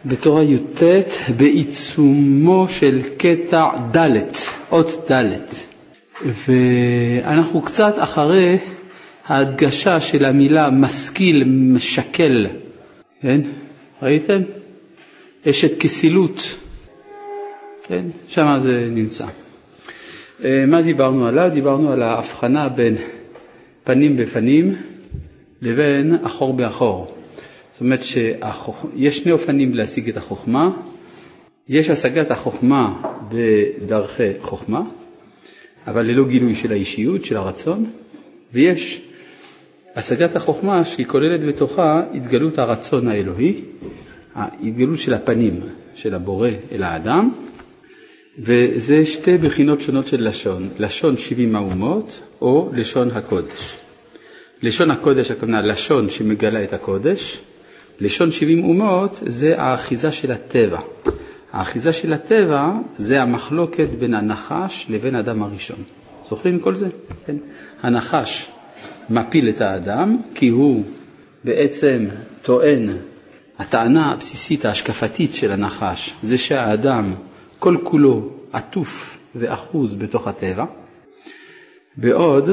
בתורה י"ט בעיצומו של קטע ד', אות ד', ואנחנו קצת אחרי ההדגשה של המילה משכיל משקל, כן? ראיתם? אשת כסילות, כן? שם זה נמצא. מה דיברנו עליו? דיברנו על ההבחנה בין פנים בפנים לבין אחור באחור. זאת אומרת שיש שני אופנים להשיג את החוכמה. יש השגת החוכמה בדרכי חוכמה, אבל ללא גילוי של האישיות, של הרצון, ויש השגת החוכמה שהיא כוללת בתוכה התגלות הרצון האלוהי, ההתגלות של הפנים של הבורא אל האדם, וזה שתי בחינות שונות של לשון, לשון 70 האומות או לשון הקודש. לשון הקודש הכוונה לשון שמגלה את הקודש, לשון 70 אומות זה האחיזה של הטבע. האחיזה של הטבע זה המחלוקת בין הנחש לבין האדם הראשון. זוכרים כל זה? כן? הנחש מפיל את האדם כי הוא בעצם טוען, הטענה הבסיסית ההשקפתית של הנחש זה שהאדם כל כולו עטוף ואחוז בתוך הטבע, בעוד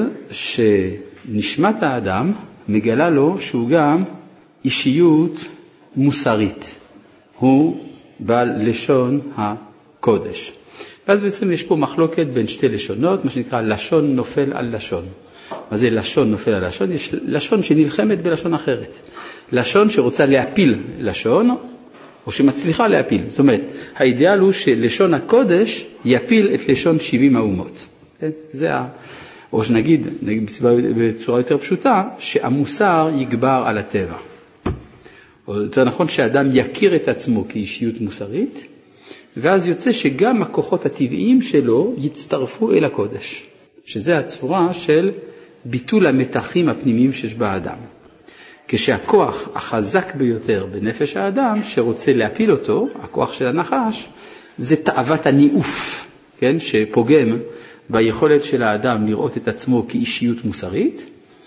שנשמת האדם מגלה לו שהוא גם אישיות מוסרית, הוא בעל לשון הקודש. ואז בעצם יש פה מחלוקת בין שתי לשונות, מה שנקרא לשון נופל על לשון. מה זה לשון נופל על לשון? יש לשון שנלחמת בלשון אחרת. לשון שרוצה להפיל לשון, או שמצליחה להפיל. זאת אומרת, האידיאל הוא שלשון הקודש יפיל את לשון 70 האומות. זה או שנגיד בצורה יותר פשוטה, שהמוסר יגבר על הטבע. או יותר נכון שהאדם יכיר את עצמו כאישיות מוסרית, ואז יוצא שגם הכוחות הטבעיים שלו יצטרפו אל הקודש, שזה הצורה של ביטול המתחים הפנימיים שיש באדם. כשהכוח החזק ביותר בנפש האדם שרוצה להפיל אותו, הכוח של הנחש, זה תאוות הניאוף, כן? שפוגם ביכולת של האדם לראות את עצמו כאישיות מוסרית,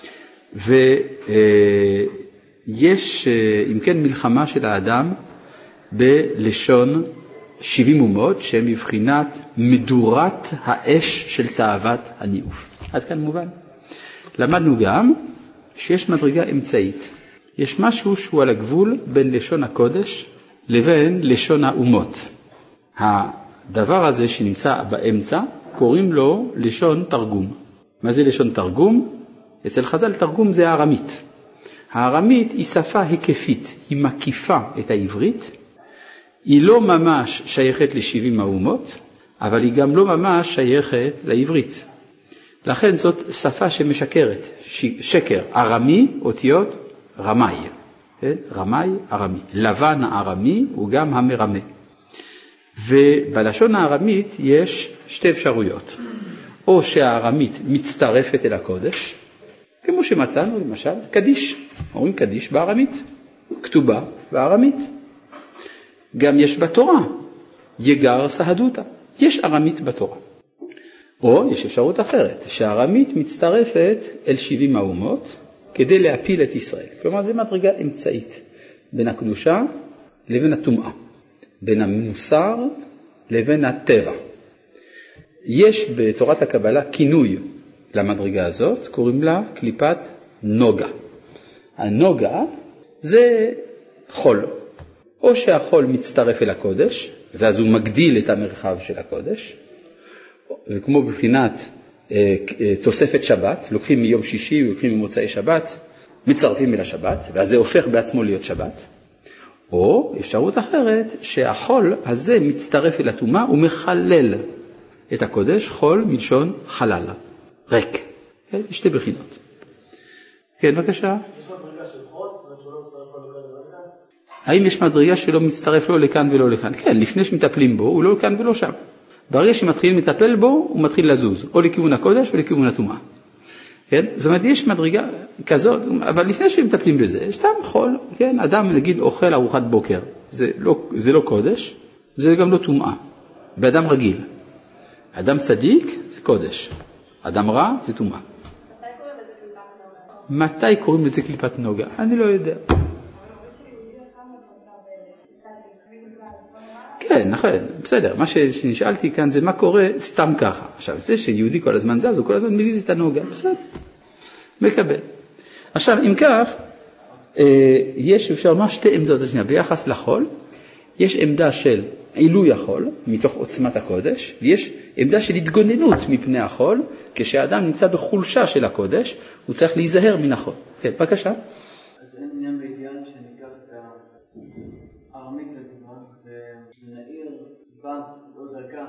ויש אם כן מלחמה של האדם בלשון 70 אומות, שהם מבחינת מדורת האש של תאוות הניאוף. עד כאן מובן. למדנו גם שיש מדרגה אמצעית. יש משהו שהוא על הגבול בין לשון הקודש לבין לשון האומות. הדבר הזה שנמצא באמצע, קוראים לו לשון תרגום. מה זה לשון תרגום? אצל חז"ל תרגום זה הארמית. הארמית היא שפה היקפית, היא מקיפה את העברית. היא לא ממש שייכת ל70 האומות, אבל היא גם לא ממש שייכת לעברית. לכן זאת שפה שמשקרת, שקר, ארמי, אותיות רמאי. רמאי, ארמי. לבן הארמי הוא גם המרמה. ובלשון הארמית יש שתי אפשרויות. או שהארמית מצטרפת אל הקודש, כמו שמצאנו למשל, קדיש. אומרים קדיש בארמית, כתובה בארמית. גם יש בתורה, יגר סהדותה. יש ארמית בתורה. או יש אפשרות אחרת, שהארמית מצטרפת אל 70 האומות כדי להפיל את ישראל. כלומר, זה מדרגה אמצעית בין הקדושה לבין הטומאה, בין המוסר לבין הטבע. יש בתורת הקבלה כינוי למדרגה הזאת, קוראים לה קליפת נוגה. הנוגה זה חול. או שהחול מצטרף אל הקודש, ואז הוא מגדיל את המרחב של הקודש, וכמו בבחינת תוספת שבת, לוקחים מיום שישי ולוקחים ממוצאי שבת, מצרפים אל השבת, ואז זה הופך בעצמו להיות שבת. או אפשרות אחרת, שהחול הזה מצטרף אל הטומאה ומחלל את הקודש, חול מלשון חלל, ריק. כן? שתי בחינות. כן, בבקשה. יש מדרגה של חול, שלא מצטרף לו לכאן ולא לכאן? האם יש מדרגה שלא מצטרף לו לכאן ולא לכאן? כן, לפני שמטפלים בו, הוא לא לכאן ולא שם. ברגע שמתחילים לטפל בו, הוא מתחיל לזוז, או לכיוון הקודש או לכיוון הטומאה. כן? זאת אומרת, יש מדרגה כזאת, אבל לפני שמטפלים בזה, סתם חול, כן? אדם נגיד אוכל ארוחת בוקר, זה לא קודש, זה גם לא טומאה. באדם רגיל. אדם צדיק זה קודש, אדם רע זה טומאה. מתי קוראים לזה קליפת נוגה? אני לא יודע. כן, נכון, בסדר. מה שנשאלתי כאן זה מה קורה סתם ככה. עכשיו, זה שיהודי כל הזמן זז, הוא כל הזמן מזיז את הנוגה, בסדר, מקבל. עכשיו, אם כך, יש, אפשר לומר, שתי עמדות השנייה. ביחס לחול, יש עמדה של עילוי החול, מתוך עוצמת הקודש, ויש עמדה של התגוננות מפני החול, כשהאדם נמצא בחולשה של הקודש, הוא צריך להיזהר מן החול. כן, בבקשה. אז אין עניין באידיאל שניקח את הארמית לדוגמה, ונעיר בה או דרכה,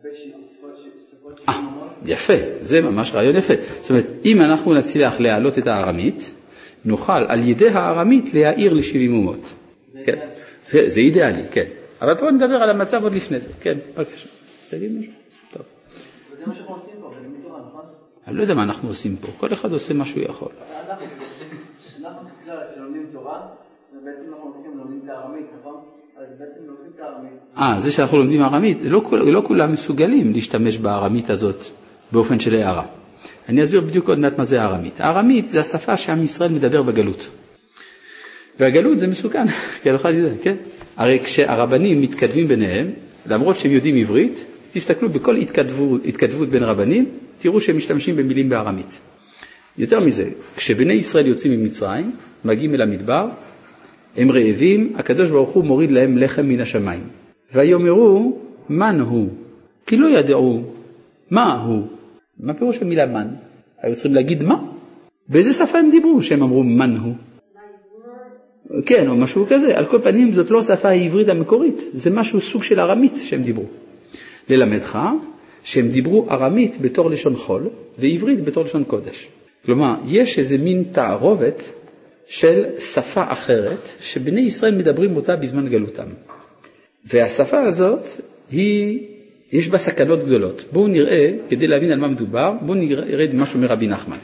בשפות של ממון. יפה, זה ממש רעיון יפה. זאת אומרת, אם אנחנו נצליח להעלות את הארמית, נוכל על ידי הארמית להעיר ל70 אומות. כן, זה אידיאלי, כן. אבל פה נדבר על המצב עוד לפני זה. כן, בבקשה. תגיד משהו? טוב. וזה מה שאנחנו עושים פה, בלימוד תורה, נכון? אני לא יודע מה אנחנו עושים פה. כל אחד עושה מה שהוא יכול. אנחנו לומדים תורה, ובעצם אנחנו לומדים את הארמית, נכון? אז בעצם לומדים את הארמית. זה שאנחנו לומדים ארמית, לא כולם מסוגלים להשתמש בארמית הזאת באופן של הערה. אני אסביר בדיוק עוד מעט מה זה הארמית. הארמית זה השפה שעם ישראל מדבר בגלות. והגלות זה מסוכן, כן? הרי כשהרבנים מתכתבים ביניהם, למרות שהם יודעים עברית, תסתכלו בכל התכתבות בין רבנים, תראו שהם משתמשים במילים בארמית. יותר מזה, כשבני ישראל יוצאים ממצרים, מגיעים אל המדבר, הם רעבים, הקדוש ברוך הוא מוריד להם לחם מן השמיים. ויאמרו, מן הוא? כי לא ידעו מה הוא. מה פירוש המילה מן? היו צריכים להגיד מה? באיזה שפה הם דיברו שהם אמרו מן הוא? כן, או משהו כזה. על כל פנים זאת לא שפה העברית המקורית, זה משהו סוג של ארמית שהם דיברו. ללמדך שהם דיברו ארמית בתור לשון חול, ועברית בתור לשון קודש. כלומר, יש איזה מין תערובת של שפה אחרת, שבני ישראל מדברים אותה בזמן גלותם. והשפה הזאת, יש בה סכנות גדולות. בואו נראה, כדי להבין על מה מדובר, בואו נראה משהו מרבי נחמן.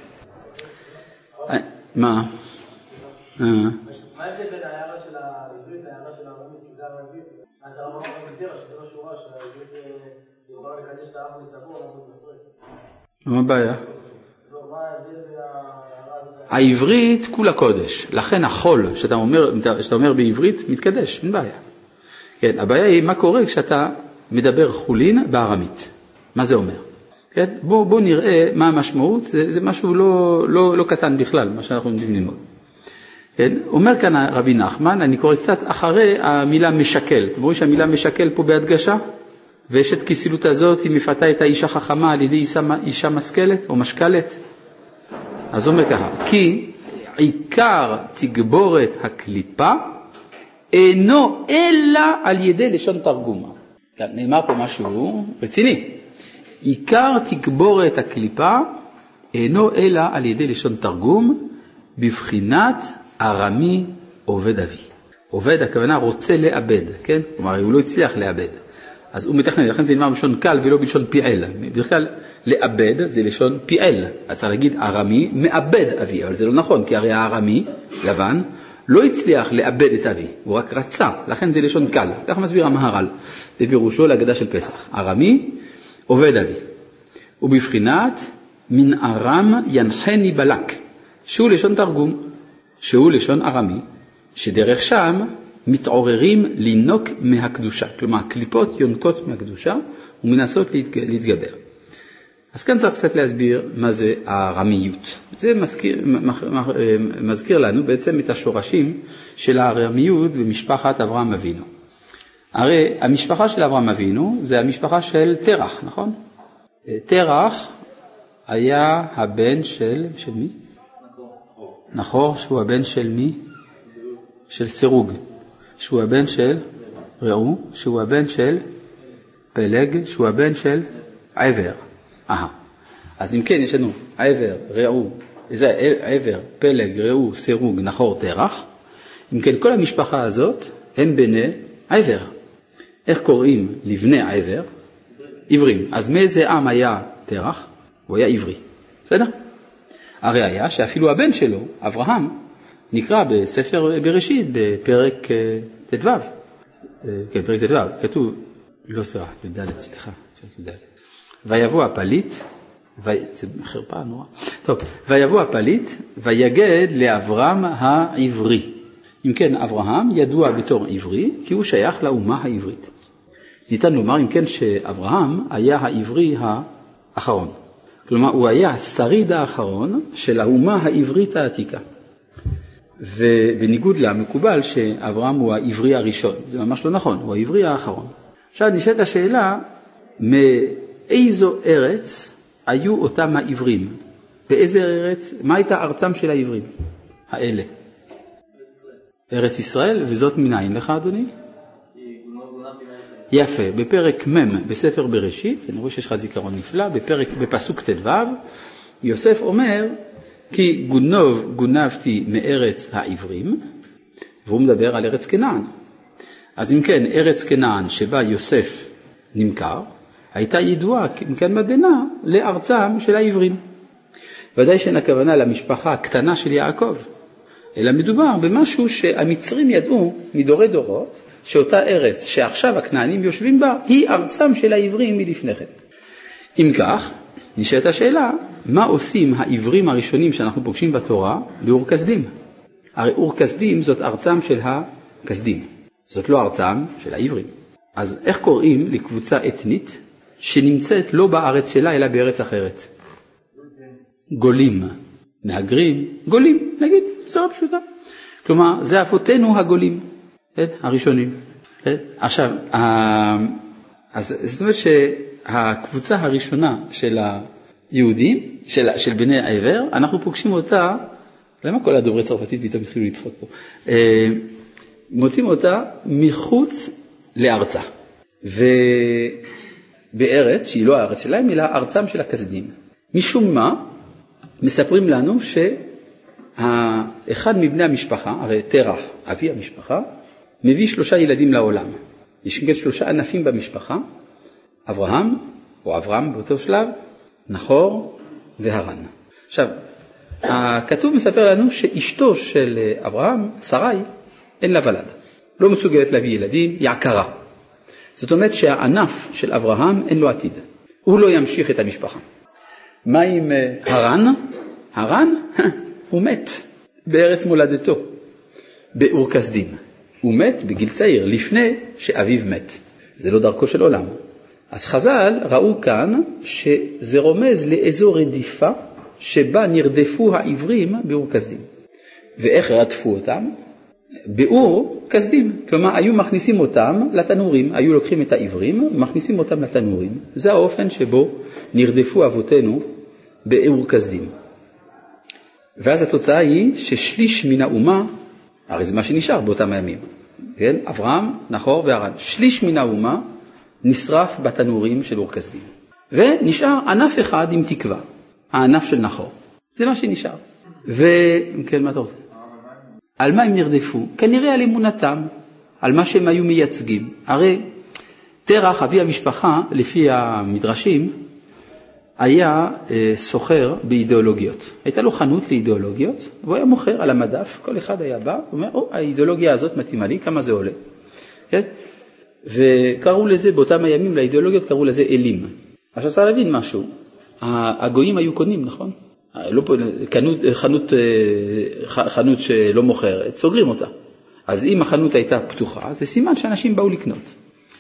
מה? מה ההבדל בין ההערה של העברית להערה של הארמית? כי זה הערבית. אז הרמב"ם מגדיר שזה לא שורה שהעברית יכולה לקדש את העם לסבור, לעבוד מסורת. מה הבעיה? לא, מה ההבדל בין ההערה הזאת? העברית כולה קודש. לכן החול שאתה אומר בעברית מתקדש, אין בעיה. כן, הבעיה היא מה קורה כשאתה מדבר חולין בארמית. מה זה אומר? כן? בואו נראה מה המשמעות. זה משהו לא קטן בכלל, מה שאנחנו יודעים ללמוד. כן? אומר כאן רבי נחמן, אני קורא קצת אחרי המילה משקל. אתם רואים שהמילה משקל פה בהדגשה? ויש את כסילות הזאת, היא מפתה את האישה חכמה על ידי אישה משכלת או משקלת. אז אומר ככה, כי עיקר תגבורת הקליפה אינו אלא על ידי לשון תרגום. נאמר פה משהו רציני. עיקר תגבורת הקליפה אינו אלא על ידי לשון תרגום בבחינת ארמי עובד אבי. עובד, הכוונה רוצה לאבד, כן? כלומר, הוא לא הצליח לאבד. אז הוא מתכנן, לכן זה נאמר בלשון קל ולא בלשון פיעל. בכלל, לאבד זה לשון פיעל. אז צריך להגיד ארמי מאבד אבי, אבל זה לא נכון, כי הרי הארמי, לבן, לא הצליח לאבד את אבי, הוא רק רצה, לכן זה לשון קל. כך מסביר המהר"ל, בפירושו להגדה של פסח. ארמי עובד אבי. ובבחינת מן ארם ינחני בלק, שהוא לשון תרגום, שהוא לשון ארמי, שדרך שם מתעוררים לינוק מהקדושה. כלומר, קליפות יונקות מהקדושה ומנסות להתגבר. אז כאן צריך קצת להסביר מה זה הארמיות. זה מזכיר לנו בעצם את השורשים של הארמיות במשפחת אברהם אבינו. הרי המשפחה של אברהם אבינו זה המשפחה של תרח, נכון? תרח היה הבן של מי? נחור, שהוא הבן של מי? של סירוג. שהוא הבן של ראו, שהוא הבן של פלג, שהוא הבן של עבר. אז אם כן, יש לנו עבר, ראו, זה עבר, פלג, ראו, סירוג, נחור, תרח. אם כן, כל המשפחה הזאת הם בני עבר. איך קוראים לבני עבר? עברים. אז מאיזה עם היה תרח? הוא היה עברי. בסדר? הרי היה שאפילו הבן שלו, אברהם, נקרא בספר בראשית, בפרק ט"ו. כן, פרק ט"ו. כתוב, לא סרח, בדלת, סליחה. ויבוא הפליט, זה חרפה נורא. טוב, ויבוא הפליט, ויגד לאברהם העברי. אם כן, אברהם ידוע בתור עברי, כי הוא שייך לאומה העברית. ניתן לומר, אם כן, שאברהם היה העברי האחרון. כלומר, הוא היה השריד האחרון של האומה העברית העתיקה. ובניגוד למקובל שאברהם הוא העברי הראשון. זה ממש לא נכון, הוא העברי האחרון. עכשיו נשאלת השאלה, מאיזו ארץ היו אותם העברים? באיזה ארץ? מה הייתה ארצם של העברים האלה? ארץ ישראל, וזאת מנין לך, אדוני? יפה, בפרק מ' בספר בראשית, אני רואה שיש לך זיכרון נפלא, בפסוק ט"ו, יוסף אומר, כי גונבתי מארץ העברים, והוא מדבר על ארץ כנען. אז אם כן, ארץ כנען שבה יוסף נמכר, הייתה ידועה, אם כן מדנה, לארצם של העברים. ודאי שאין הכוונה למשפחה הקטנה של יעקב, אלא מדובר במשהו שהמצרים ידעו מדורי דורות, שאותה ארץ שעכשיו הכנענים יושבים בה, היא ארצם של העברים מלפני כן. אם כך, נשאלת השאלה, מה עושים העברים הראשונים שאנחנו פוגשים בתורה באור כסדים? הרי אור כסדים זאת ארצם של הכסדים, זאת לא ארצם של העברים. אז איך קוראים לקבוצה אתנית שנמצאת לא בארץ שלה אלא בארץ אחרת? גולים, מהגרים, גולים, נגיד, בצורה פשוטה. כלומר, זה אבותינו הגולים, הראשונים. עכשיו, אז זאת אומרת שהקבוצה הראשונה של היהודים, של בני העבר, אנחנו פוגשים אותה, למה כל הדוברי צרפתית פתאום התחילו לצחוק פה? מוצאים אותה מחוץ לארצה, ובארץ שהיא לא הארץ שלהם, אלא ארצם של הכסדים. משום מה, מספרים לנו שאחד מבני המשפחה, הרי תרח, אבי המשפחה, מביא 3 ילדים לעולם. יש גם 3 ענפים במשפחה, אברהם, או אברהם באותו שלב, נחור והרן. עכשיו, הכתוב מספר לנו שאשתו של אברהם, שרי, אין לה ולד. לא מסוגלת להביא ילדים, היא עקרה. זאת אומרת שהענף של אברהם אין לו עתיד. הוא לא ימשיך את המשפחה. מה עם הרן? הרן? הוא מת בארץ מולדתו, באור כסדים. הוא מת בגיל צעיר, לפני שאביו מת. זה לא דרכו של עולם. אז חז"ל ראו כאן שזה רומז לאזור רדיפה שבה נרדפו העברים באור כסדים. ואיך רדפו אותם? באור כסדים. כלומר, היו מכניסים אותם לתנורים, היו לוקחים את העברים, מכניסים אותם לתנורים. זה האופן שבו נרדפו אבותינו באור כסדים. ואז התוצאה היא ששליש מן האומה, הרי זה מה שנשאר באותם הימים, כן? אברהם, נחור והרן, שליש מן האומה נשרף בתנורים של אור כסדים. ונשאר ענף אחד עם תקווה, הענף של נחור. זה מה שנשאר. וכן, מה אתה רוצה? על מה הם נרדפו? כנראה על אמונתם, על מה שהם היו מייצגים. הרי תרח, אבי המשפחה, לפי המדרשים, היה סוחר באידיאולוגיות. הייתה לו חנות לאידיאולוגיות, והוא היה מוכר על המדף, כל אחד היה בא, הוא אומר, האידיאולוגיה הזאת מתאימה לי, כמה זה עולה. כן? וקראו לזה, באותם הימים לאידיאולוגיות קראו לזה אלים. עכשיו צריך להבין משהו, הגויים היו קונים, נכון? לא, חנות שלא מוכרת, סוגרים אותה. אז אם החנות הייתה פתוחה, זה סימן שאנשים באו לקנות.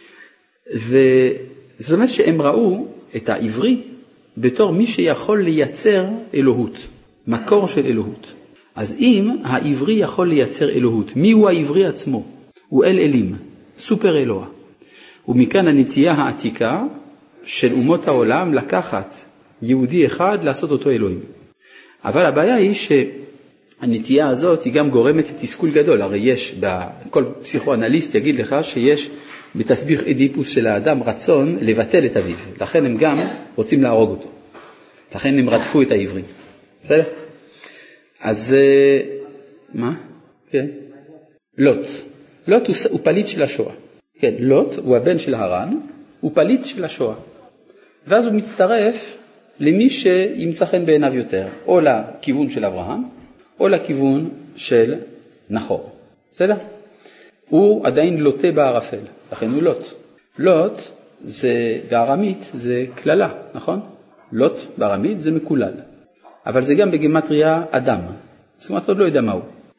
וזאת אומרת שהם ראו את העברי בתור מי שיכול לייצר אלוהות, מקור של אלוהות. אז אם העברי יכול לייצר אלוהות, מי הוא העברי עצמו? הוא אל אלים, סופר אלוה. ומכאן הנטייה העתיקה של אומות העולם לקחת יהודי אחד לעשות אותו אלוהים. אבל הבעיה היא שהנטייה הזאת היא גם גורמת לתסכול גדול. הרי יש, כל פסיכואנליסט יגיד לך שיש בתסביך אדיפוס של האדם רצון לבטל את אביו. לכן הם גם רוצים להרוג אותו. לכן הם רדפו את העברים. בסדר? אז מה? כן. לוט. לוט הוא פליט של השואה. כן, לוט הוא הבן של הרן, הוא פליט של השואה. ואז הוא מצטרף למי שימצא חן בעיניו יותר, או לכיוון של אברהם, או לכיוון של נחור. בסדר? הוא עדיין לוטה בערפל, לכן הוא לוט. לוט זה בארמית זה כללה, נכון? לוט בארמית זה מקולל. אבל זה גם בגימטריה אדם. זאת אומרת, עוד לא יודע מהו.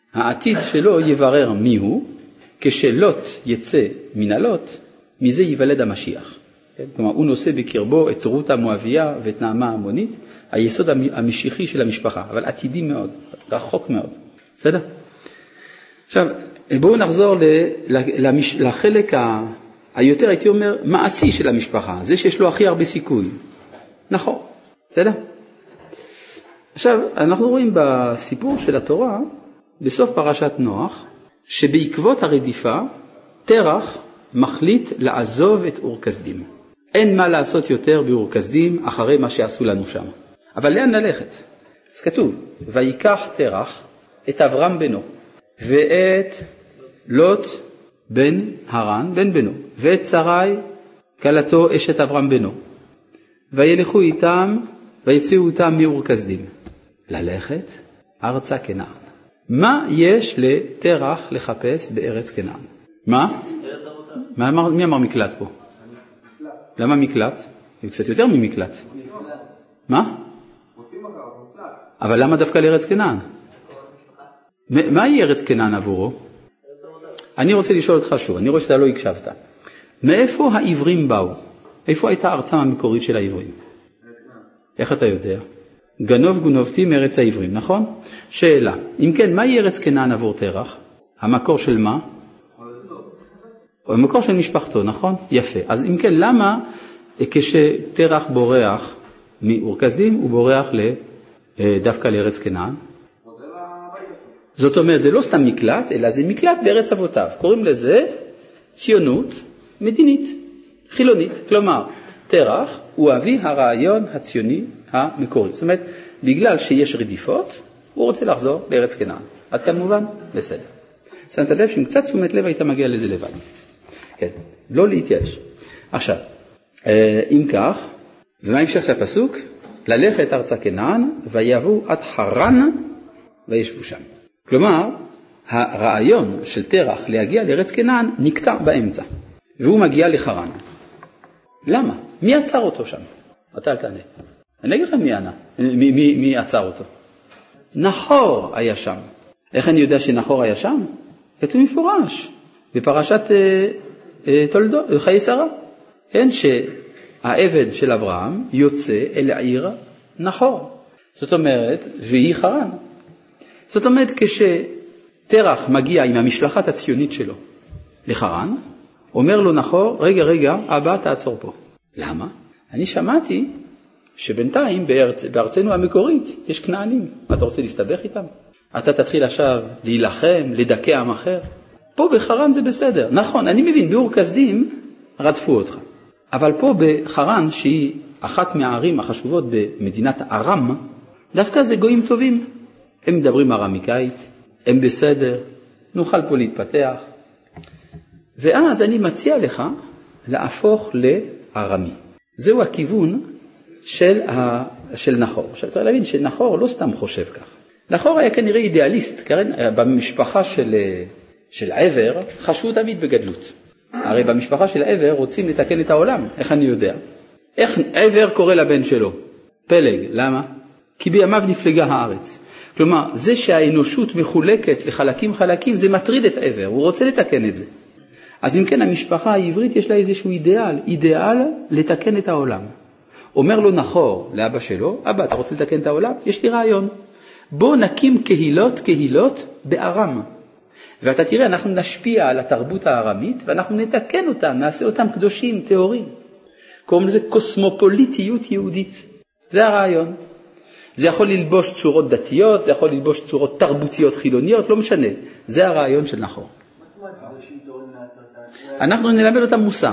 העתיד שלו יברר מיהו, כשלוט יצא מן הלוט, מזה ייוולד המשיח. כלומר, הוא נושא בקרבו את רות המואביה ואת נעמה המונית, היסוד המשיחי של המשפחה, אבל עתידי מאוד, רחוק מאוד. בסדר? עכשיו, בואו נחזור לחלק היותר, הייתי אומר, מעשי של המשפחה, זה שיש לו הכי הרבה סיכוי. נכון, בסדר? עכשיו, אנחנו רואים בסיפור של התורה, בסוף פרשת נוח, שבעקבות הרדיפה, תרח מחליט לעזוב את אור כסדים. אין מה לעשות יותר באור כסדים אחרי מה שעשו לנו שם. אבל לאן ללכת? אז כתוב, ויקח תרח את אברהם בנו, ואת לוט בן הרן בן בנו, ואת שרי כלתו אשת אברהם בנו, וילכו איתם, ויצאו אותם מאור כסדים. ללכת ארצה כנען. מה יש לתרח לחפש בארץ כנען? מה? מי אמר מקלט פה? למה מקלט? זה קצת יותר ממקלט. מה? אבל למה דווקא לארץ כנען? מהי ארץ כנען עבורו? אני רוצה לשאול אותך שוב, אני רואה שאתה לא הקשבת. מאיפה העברים באו? איפה הייתה ארצם המקורית של העברים? איך אתה יודע? גנוב גונבתי מארץ העברים, נכון? שאלה, אם כן, מהי ארץ כנען עבור תרח? המקור של מה? המקור של משפחתו, נכון? יפה. אז אם כן, למה כשתרח בורח מאור כסדים, הוא בורח דווקא לארץ כנען? זאת אומרת, זה לא סתם מקלט, אלא זה מקלט בארץ אבותיו. קוראים לזה ציונות מדינית, חילונית. כלומר, תרח הוא אבי הרעיון הציוני המקורי. זאת אומרת, בגלל שיש רדיפות, הוא רוצה לחזור בארץ כנען. עד כאן מובן? בסדר. שמת לב שעם קצת תשומת לב היית מגיע לזה לבד. כן, לא להתייאש. עכשיו, אם כך, ומה המשך של הפסוק? ללכת ארצה כנען, ויבואו עד חרן, וישבו שם. כלומר, הרעיון של תרח להגיע לארץ כנען נקטע באמצע, והוא מגיע לחרן. למה? מי עצר אותו שם? אתה אל תענה. אני אגיד לך מי עצר אותו. נחור היה שם. איך אני יודע שנחור היה שם? כתוב מפורש, בפרשת תולדות, חיי שרה. כן, שהעבד של אברהם יוצא אל העיר נחור. זאת אומרת, והיא חרן. זאת אומרת, כשתרח מגיע עם המשלחת הציונית שלו לחרן, אומר לו נחור, רגע, אבא תעצור פה. למה? אני שמעתי שבינתיים בארצנו המקורית יש כנענים. אתה רוצה להסתבך איתם? אתה תתחיל עכשיו להילחם, לדכא עם אחר. פה בחרן זה בסדר. נכון, אני מבין, באור כסדים רדפו אותך. אבל פה בחרן, שהיא אחת מהערים החשובות במדינת ארם, דווקא זה גויים טובים. הם מדברים ארמיקאית, הם בסדר, נוכל פה להתפתח. ואז אני מציע לך להפוך לארמי. זהו הכיוון של נחור. עכשיו צריך להבין שנחור לא סתם חושב כך. נחור היה כנראה אידיאליסט, במשפחה של עבר חשבו תמיד בגדלות. הרי במשפחה של עבר רוצים לתקן את העולם, איך אני יודע? איך עבר קורא לבן שלו? פלג, למה? כי בימיו נפלגה הארץ. כלומר, זה שהאנושות מחולקת לחלקים זה מטריד את עבר, הוא רוצה לתקן את זה. אז אם כן, המשפחה העברית יש לה איזשהו אידיאל לתקן את העולם. אומר לו נחור לאבא שלו, אבא, אתה רוצה לתקן את העולם? יש לי רעיון. בוא נקים קהילות בארם. ואתה תראה, אנחנו נשפיע על התרבות הארמית, ואנחנו נתקן אותם, נעשה אותם קדושים, טהורים. קוראים לזה קוסמופוליטיות יהודית. זה הרעיון. זה יכול ללבוש צורות דתיות, זה יכול ללבוש צורות תרבותיות חילוניות, לא משנה. זה הרעיון של נחור. אנחנו נלמד אותם מוסר.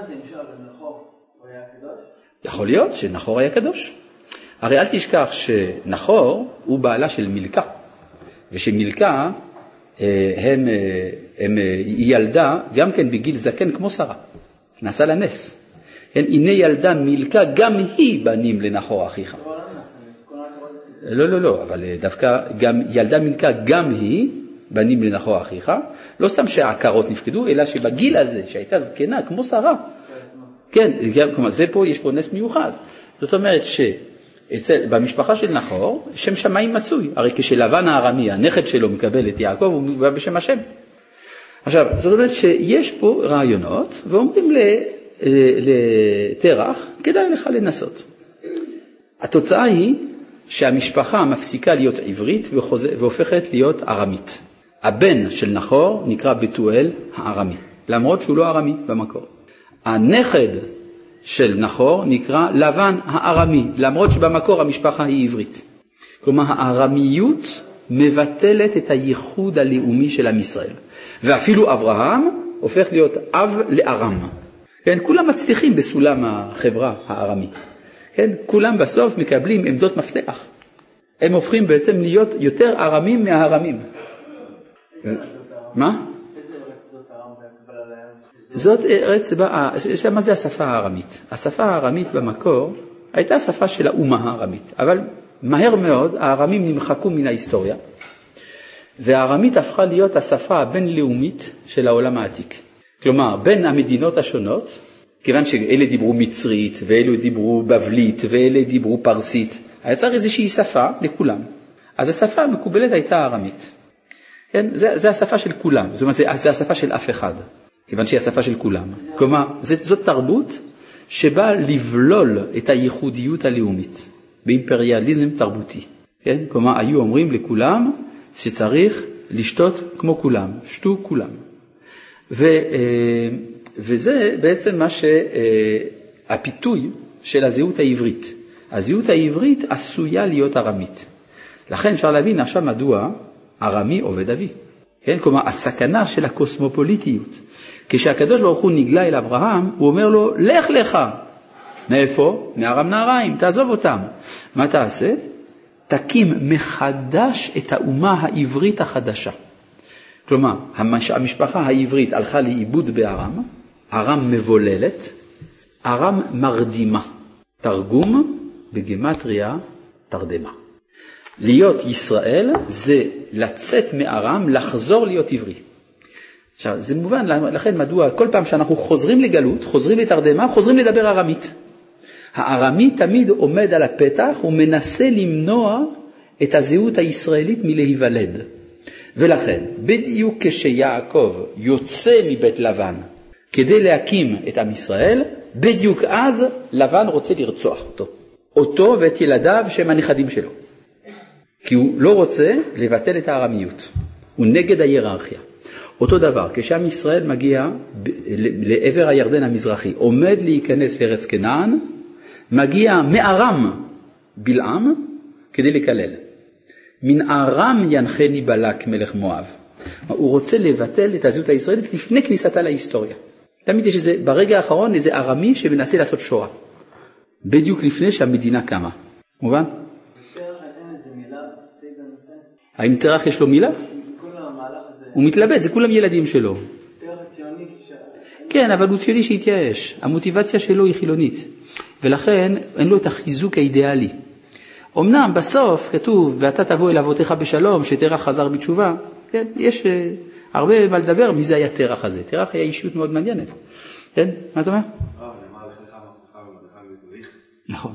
יכול להיות שנחור היה קדוש. הרי אל תשכח שנחור הוא בעלה של מילכה, ושמילכה היא ילדה גם כן בגיל זקן כמו שרה. נעשה לה נס. הנה ילדה מילכה, גם היא בנים לנחור אחיך. לא, אבל דווקא גם ילדה מילכה, גם היא בנים לנחור אחיך. לא סתם שהעקרות נפקדו, אלא שבגיל הזה שהייתה זקנה כמו שרה. כן, כלומר, זה פה, יש פה נס מיוחד. זאת אומרת במשפחה של נחור, שם שמיים מצוי. הרי כשלבן הארמי, הנכד שלו מקבל את יעקב, הוא מביא בשם השם. עכשיו, זאת אומרת שיש פה רעיונות, ואומרים לתרח, כדאי לך לנסות. התוצאה היא שהמשפחה מפסיקה להיות עברית והופכת להיות ארמית. הבן של נחור נקרא בתואל הארמי, למרות שהוא לא ארמי במקור. הנכד של נחור נקרא לבן הארמי, למרות שבמקור המשפחה היא עברית. כלומר, הארמיות מבטלת את הייחוד הלאומי של עם ישראל. ואפילו אברהם הופך להיות אב לארם. כן, כולם מצליחים בסולם החברה הארמי. כן, כולם בסוף מקבלים עמדות מפתח. הם הופכים בעצם להיות יותר ארמים מהארמים. מה? זאת ארץ שבה, מה זה השפה הארמית? השפה הארמית במקור הייתה שפה של האומה הארמית, אבל מהר מאוד הארמים נמחקו מן ההיסטוריה, והארמית הפכה להיות השפה הבינלאומית של העולם העתיק. כלומר, בין המדינות השונות, כיוון שאלה דיברו מצרית, ואלה דיברו בבלית, ואלה דיברו פרסית, היה צריך איזושהי שפה לכולם. אז השפה המקובלת הייתה הארמית. כן? זה השפה של כולם, זאת אומרת, זה השפה של אף אחד, כיוון שהיא השפה של כולם. כלומר, זאת תרבות שבאה לבלול את הייחודיות הלאומית, באימפריאליזם תרבותי. כן? כלומר, היו אומרים לכולם שצריך לשתות כמו כולם, שתו כולם. וזה בעצם מה שהפיתוי של הזהות העברית. הזהות העברית עשויה להיות ארמית. לכן אפשר להבין עכשיו מדוע ארמי עובד אבי. כן? כלומר, הסכנה של הקוסמופוליטיות. כשהקדוש ברוך הוא נגלה אל אברהם, הוא אומר לו, לך לך. מאיפה? מארם נהריים, תעזוב אותם. מה תעשה? תקים מחדש את האומה העברית החדשה. כלומר, המשפחה העברית הלכה לאיבוד בארם, ארם מבוללת, ארם מרדימה. תרגום בגמטריה תרדמה. להיות ישראל זה לצאת מארם, לחזור להיות עברי. עכשיו, זה מובן, לכן מדוע כל פעם שאנחנו חוזרים לגלות, חוזרים לתרדמה, חוזרים לדבר ארמית. הארמי תמיד עומד על הפתח ומנסה למנוע את הזהות הישראלית מלהיוולד. ולכן, בדיוק כשיעקב יוצא מבית לבן כדי להקים את עם ישראל, בדיוק אז לבן רוצה לרצוח אותו ואת ילדיו שהם הנכדים שלו. כי הוא לא רוצה לבטל את הארמיות. הוא נגד ההיררכיה. אותו דבר, כשעם ישראל מגיע לעבר הירדן המזרחי, עומד להיכנס לארץ כנען, מגיע מארם בלעם כדי לקלל. מן ארם ינחני בלק מלך מואב. הוא רוצה לבטל את הזהות הישראלית לפני כניסתה להיסטוריה. תמיד יש ברגע האחרון איזה ארמי שמנסה לעשות שואה. בדיוק לפני שהמדינה קמה. מובן? האם תרח יש לו מילה? הוא מתלבט, זה כולם ילדים שלו. כן, אבל הוא ציוני שהתייאש. המוטיבציה שלו היא חילונית. ולכן אין לו את החיזוק האידיאלי. אמנם בסוף כתוב, ואתה תבוא אל אבותיך בשלום, שתרח חזר בתשובה. כן, יש הרבה מה לדבר, מי זה היה תרח הזה. תרח היה אישיות מאוד מעניינת. כן, מה אתה אומר? נכון.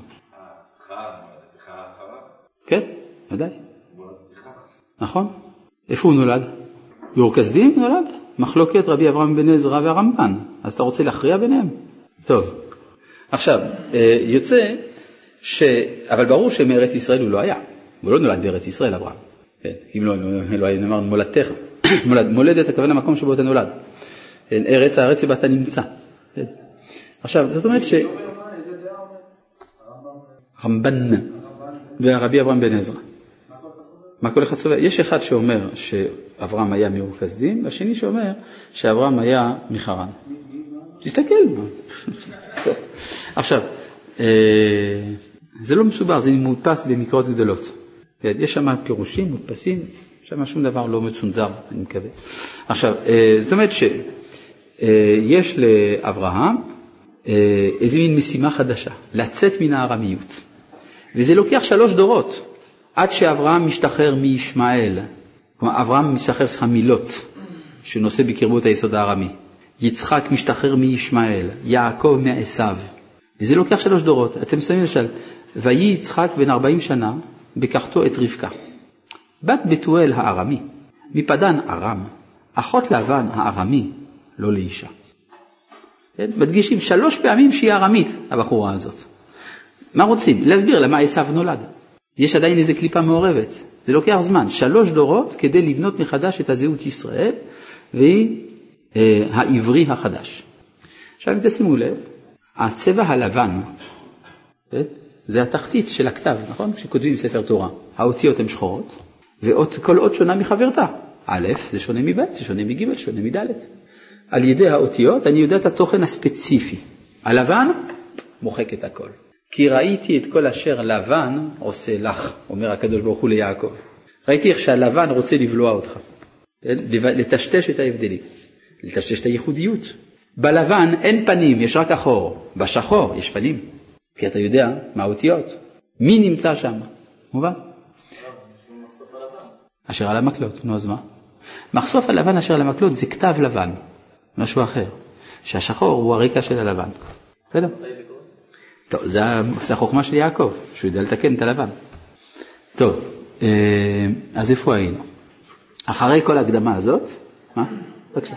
כן, ודאי. נכון. איפה הוא נולד? יור כסדים נולד? מחלוקת רבי אברהם בן עזרא והרמב"ן. אז אתה רוצה להכריע ביניהם? טוב. עכשיו, יוצא אבל ברור שמארץ ישראל הוא לא היה. הוא לא נולד בארץ ישראל, אברהם. כן, אם לא היה נאמר מולדתך. מולדת הכוונה מקום שבו אתה נולד. ארץ, הארץ שבה אתה נמצא. עכשיו, זאת אומרת רמב"ן ורבי אברהם בן עזרא. מה כל אחד סובר? יש אחד שאומר שאברהם היה מאור כסדים, והשני שאומר שאברהם היה מחרן. תסתכל. עכשיו, זה לא מסובר, זה מודפס במקרות גדולות. יש שם פירושים, מודפסים, שם שום דבר לא מצונזר, אני מקווה. עכשיו, זאת אומרת שיש לאברהם איזו מין משימה חדשה, לצאת מן הארמיות. וזה לוקח 3 דורות. עד שאברהם משתחרר מישמעאל, כלומר אברהם משתחרר מילות, שנושא בקרבות היסוד הארמי. יצחק משתחרר מישמעאל, יעקב מעשיו. וזה לוקח 3 דורות. אתם שמים למשל, ויהי יצחק בן 40 שנה, בקחתו את רבקה. בת בתואל הארמי, מפדן ארם, אחות לבן הארמי, לא לאישה. מדגישים 3 פעמים שהיא ארמית, הבחורה הזאת. מה רוצים? להסביר למה עשיו נולד. יש עדיין איזה קליפה מעורבת. זה לוקח זמן, 3 דורות כדי לבנות מחדש את הזהות ישראל, והיא העברי החדש. עכשיו תשימו לב, הצבע הלבן, זה התחתית של הכתב, נכון? כשכותבים ספר תורה. האותיות הן שחורות, וכל אות שונה מחברתה. א', זה שונה מב', זה שונה מג', שונה מד'. על ידי האותיות אני יודע את התוכן הספציפי. הלבן מוחק את הכל. כי ראיתי את כל אשר לבן עושה לך, אומר הקדוש ברוך הוא ליעקב. ראיתי איך שהלבן רוצה לבלוע אותך. לטשטש את ההבדלים, לטשטש את הייחודיות. בלבן אין פנים, יש רק אחור. בשחור יש פנים, כי אתה יודע מה האותיות. מי נמצא שם? מובן? אשר על המקלות, נו אז מה? מחשוף הלבן אשר על המקלות זה כתב לבן, משהו אחר. שהשחור הוא הרקע של הלבן. בסדר? טוב, זה החוכמה של יעקב, שהוא יודע לתקן את הלבן. טוב, אז איפה היינו? אחרי כל ההקדמה הזאת, מה? בבקשה.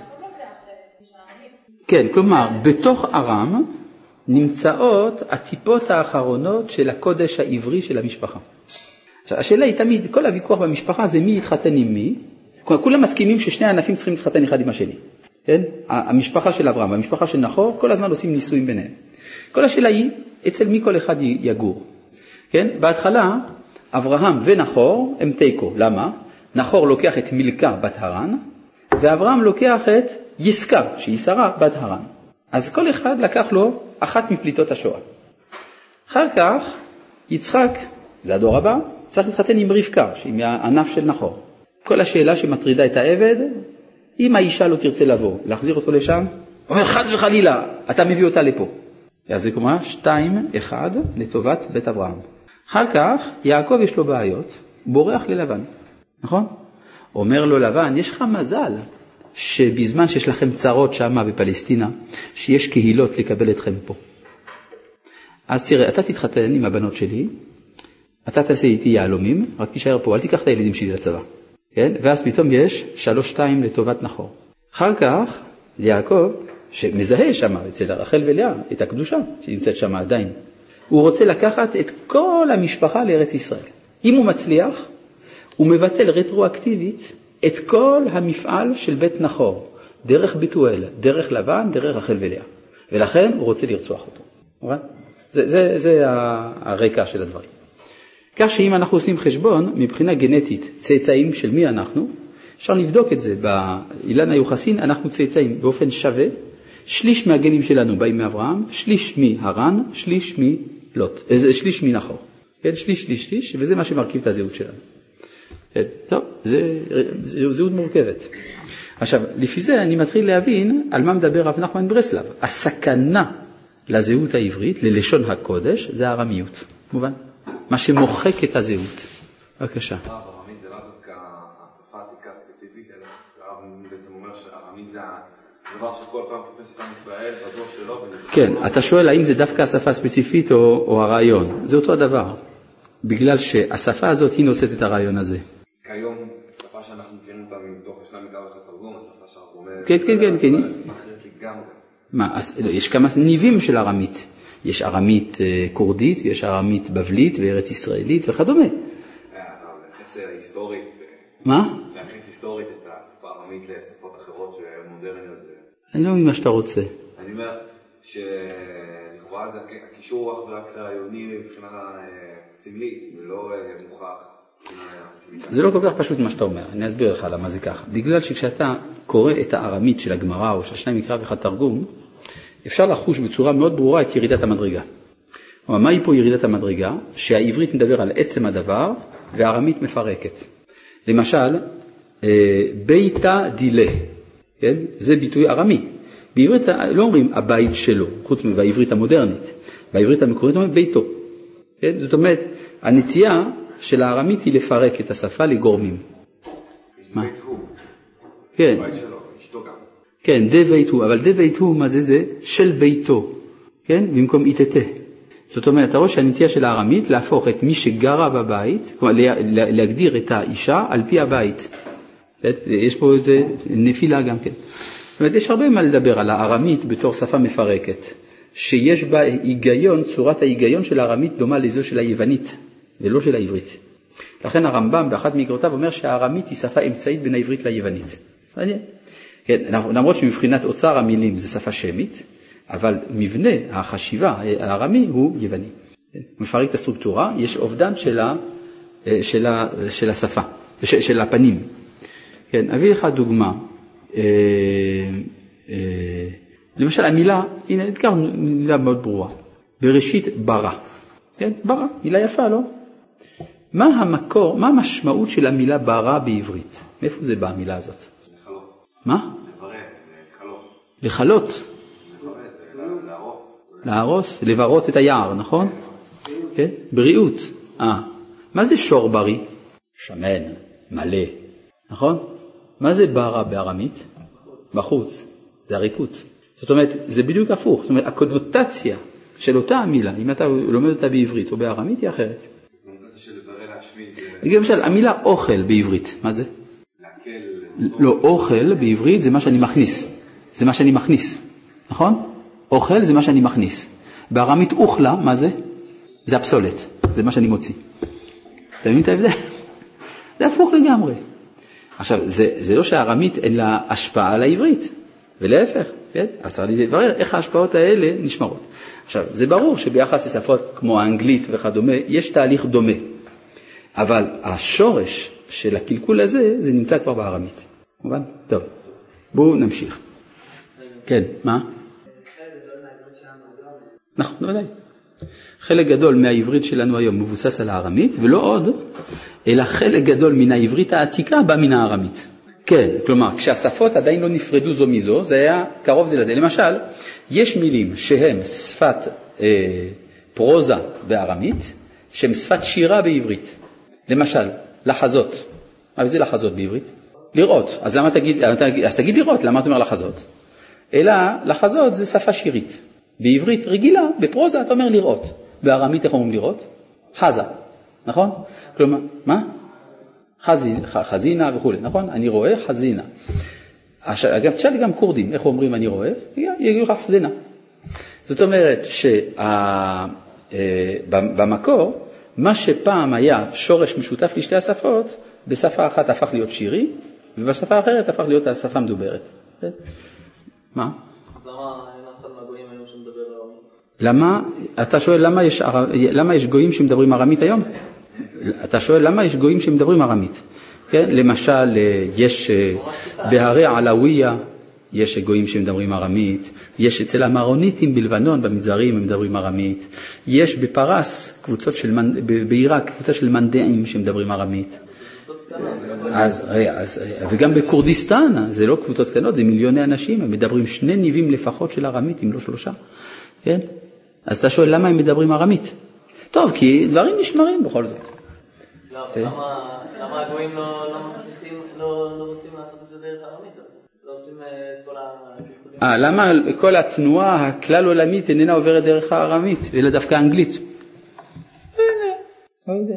כן, כלומר, בתוך ארם נמצאות הטיפות האחרונות של הקודש העברי של המשפחה. עכשיו, השאלה היא תמיד, כל הוויכוח במשפחה זה מי יתחתן עם מי. כולם מסכימים ששני הענפים צריכים להתחתן אחד עם השני. כן? המשפחה של אברהם והמשפחה של נחור, כל הזמן עושים ניסויים ביניהם. כל השאלה היא, אצל מי כל אחד יגור. כן? בהתחלה, אברהם ונחור הם תיקו. למה? נחור לוקח את מילכה בת הרן, ואברהם לוקח את יסקה, שהיא שרה בת הרן. אז כל אחד לקח לו אחת מפליטות השואה. אחר כך, יצחק, זה הדור הבא, צריך להתחתן עם רבקה, שהיא מהענף של נחור. כל השאלה שמטרידה את העבד, אם האישה לא תרצה לבוא, להחזיר אותו לשם, אומר חס וחלילה, אתה מביא אותה לפה. אז זה כלומר 2-1 לטובת בית אברהם. אחר כך, יעקב יש לו בעיות, בורח ללבן, נכון? אומר לו לבן, יש לך מזל שבזמן שיש לכם צרות שמה בפלסטינה, שיש קהילות לקבל אתכם פה. אז תראה, אתה תתחתן עם הבנות שלי, אתה תעשה איתי יעלומים, רק תישאר פה, אל תיקח את הילדים שלי לצבא. כן? ואז פתאום יש 3-2 לטובת נחור. אחר כך, ליעקב, שמזהה שם אצל רחל ולאה, את הקדושה שנמצאת שם עדיין, הוא רוצה לקחת את כל המשפחה לארץ ישראל. אם הוא מצליח, הוא מבטל רטרואקטיבית את כל המפעל של בית נחור, דרך ביתואל, דרך לבן, דרך רחל ולאה. ולכן הוא רוצה לרצוח אותו. זה הרקע של הדברים. כך שאם אנחנו עושים חשבון, מבחינה גנטית, צאצאים של מי אנחנו, אפשר לבדוק את זה. באילן היוחסין אנחנו צאצאים באופן שווה, שליש מהגנים שלנו באים מאברהם, שליש מהרן, שליש מלוט, שליש מנחור. כן? שליש, וזה מה שמרכיב את הזהות שלנו. כן? טוב, זה זהות מורכבת. עכשיו, לפי זה אני מתחיל להבין על מה מדבר רב נחמן ברסלב. הסכנה לזהות העברית, ללשון הקודש, זה הארמיות. מובן? מה שמוחק את הזהות. בבקשה. ארמית זה לא דווקא השפה העתיקה הספציפית, אלא הרב בעצם אומר שארמית זה הדבר שכל פעם תופס את עם ישראל, בדור שלו. כן, אתה שואל האם זה דווקא השפה הספציפית או הרעיון. זה אותו הדבר. בגלל שהשפה הזאת היא נושאת את הרעיון הזה. כיום, השפה שאנחנו מכירים אותה מתוך ישנה מקרח התרגום, השפה שאנחנו אומרת. כן. השפה אחרת לגמרי. מה, יש כמה ניבים של ארמית. יש ארמית קורדית, ויש ארמית בבלית, וארץ ישראלית וכדומה. להכניס היסטורית. מה? להכניס היסטורית את השפה הארמית לשפות אחרות שמודרניות. אני לא מבין מה שאתה רוצה. אני אומר שלכאורה זה הקישור אך ורק רעיוני מבחינה סמלית, ולא מוכח. זה לא כל כך פשוט מה שאתה אומר, אני אסביר לך למה זה ככה. בגלל שכשאתה קורא את הארמית של הגמרא או של שניים מקרא ואחד תרגום, אפשר לחוש בצורה מאוד ברורה את ירידת המדרגה. אבל מהי פה ירידת המדרגה? שהעברית מדבר על עצם הדבר והארמית מפרקת. למשל, ביתה דילה, כן? זה ביטוי ארמי. בעברית לא אומרים הבית שלו, חוץ מבעברית המודרנית. בעברית המקורית אומרים ביתו. כן? זאת אומרת, הנטייה של הארמית היא לפרק את השפה לגורמים. מה? בית הוא. כן. בית שלו, אשתו גם. כן, דה בית הוא, אבל דה בית הוא, מה זה? זה של ביתו, כן? במקום איתתה. זאת אומרת, אתה רואה שהנטייה של הארמית להפוך את מי שגרה בבית, כלומר להגדיר את האישה על פי הבית. יש פה איזה נפילה גם כן. זאת אומרת, יש הרבה מה לדבר על הארמית בתור שפה מפרקת, שיש בה היגיון, צורת ההיגיון של הארמית דומה לזו של היוונית, ולא של העברית. לכן הרמב"ם באחת מקורותיו אומר שהארמית היא שפה אמצעית בין העברית ליוונית. מעניין. כן, למרות שמבחינת אוצר המילים זה שפה שמית, אבל מבנה החשיבה הארמי הוא יווני. מפרק את הסטרוקטורה, יש אובדן של השפה, של הפנים. כן, אביא לך דוגמה. למשל המילה, הנה, נתקח מילה מאוד ברורה. בראשית ברא. כן, ברא, מילה יפה, לא? מה המקור, מה המשמעות של המילה ברא בעברית? מאיפה זה בא המילה הזאת? לחלות. מה? לחלות. לחלות. להרוס, לברות את היער, נכון? כן? בריאות. מה זה שור בריא? שמן, מלא, נכון? מה זה ברא בארמית? בחוץ, זה הריקות. זאת אומרת, זה בדיוק הפוך. זאת אומרת, הקונוטציה של אותה המילה, אם אתה לומד אותה בעברית או בארמית, היא אחרת. הקונוטציה של לברא להשמיד זה... למשל, המילה אוכל בעברית, מה זה? להקל... לא, אוכל בעברית זה מה שאני מכניס. זה מה שאני מכניס, נכון? אוכל זה מה שאני מכניס. בארמית אוכלה, מה זה? זה הפסולת, זה מה שאני מוציא. אתה מבין את ההבדל? זה הפוך לגמרי. עכשיו, זה לא שהארמית אין לה השפעה על העברית, ולהפך, כן? אז צריך להתברר איך ההשפעות האלה נשמרות. עכשיו, זה ברור שביחס לשפות כמו האנגלית וכדומה, יש תהליך דומה. אבל השורש של הקלקול הזה, זה נמצא כבר בארמית. מובן? טוב, בואו נמשיך. כן, מה? נכון, לא ודאי. חלק גדול מהעברית שלנו היום מבוסס על הארמית, ולא עוד, אלא חלק גדול מן העברית העתיקה בא מן הארמית. כן, כלומר, כשהשפות עדיין לא נפרדו זו מזו, זה היה קרוב זה לזה. למשל, יש מילים שהם שפת פרוזה בארמית, שהם שפת שירה בעברית. למשל, לחזות. מה זה לחזות בעברית? לראות. אז למה תגיד לראות, למה אתה אומר לחזות? אלא לחזות זה שפה שירית. בעברית רגילה, בפרוזה אתה אומר לראות. בארמית איך אומרים לראות? חזה, נכון? כלומר, מה? חזינה וכו', נכון? אני רואה חזינה. אגב, תשאל גם קורדים, איך אומרים אני רואה? יגידו לך חזינה. זאת אומרת שבמקור, מה שפעם היה שורש משותף לשתי השפות, בשפה אחת הפך להיות שירי, ובשפה אחרת הפך להיות השפה מדוברת. מה? למה, אתה שואל למה יש גויים שמדברים ארמית היום? אתה שואל למה יש גויים שמדברים ארמית? כן? למשל, יש בהרי עלאוויה, יש גויים שמדברים ארמית, יש אצל המרוניטים בלבנון, במצרים, הם מדברים ארמית, יש בפרס, בעיראק, קבוצה של מנדעים שמדברים ארמית. וגם בקורדיסטן, זה לא קבוצות קטנות, זה מיליוני אנשים, הם מדברים 2 ניבים לפחות של ארמית, אם לא 3. כן? אז אתה שואל למה הם מדברים ארמית? טוב, כי דברים נשמרים בכל זאת. למה הגויים לא מצליחים, לא רוצים לעשות את זה דרך ארמית? לא עושים את כל ה... למה כל התנועה הכלל עולמית איננה עוברת דרך הארמית, אלא דווקא האנגלית? לא יודע.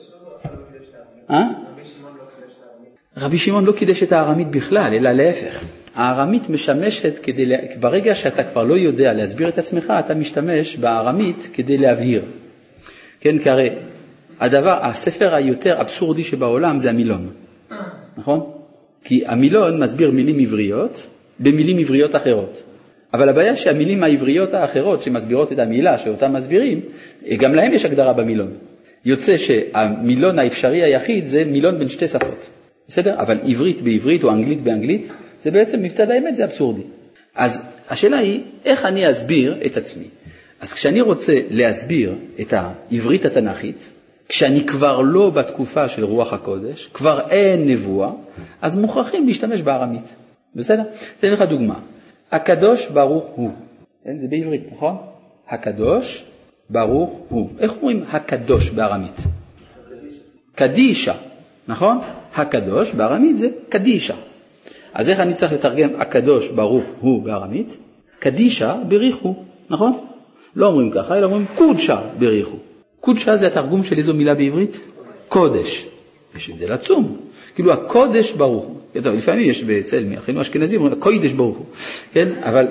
רבי שמעון לא קידש את הארמית בכלל, אלא להפך. הארמית משמשת ברגע שאתה כבר לא יודע להסביר את עצמך, אתה משתמש בארמית כדי להבהיר. כן, כי הרי הספר היותר אבסורדי שבעולם זה המילון. נכון? כי המילון מסביר מילים עבריות במילים עבריות אחרות. אבל הבעיה שהמילים העבריות האחרות שמסבירות את המילה שאותם מסבירים, גם להם יש הגדרה במילון. יוצא שהמילון האפשרי היחיד זה מילון בין 2 שפות. בסדר? אבל עברית בעברית או אנגלית באנגלית, זה בעצם מבצד האמת, זה אבסורדי. אז השאלה היא, איך אני אסביר את עצמי? אז כשאני רוצה להסביר את העברית התנ"כית, כשאני כבר לא בתקופה של רוח הקודש, כבר אין נבואה, אז מוכרחים להשתמש בארמית. בסדר? אתן לך דוגמה. הקדוש ברוך הוא. זה בעברית, נכון? הקדוש ברוך הוא. איך אומרים הקדוש בארמית? קדישה, נכון? הקדוש בארמית זה קדישה. אז איך אני צריך לתרגם הקדוש ברוך הוא בארמית? קדישה בריך הוא, נכון? לא אומרים ככה, אלא אומרים קודשה בריחו. קודשה זה התרגום של איזו מילה בעברית? קודש. יש הבדל עצום. כאילו הקודש ברוך הוא. לפעמים יש אצל אחינו אשכנזים, אומרים הקודש ברוך הוא. כן,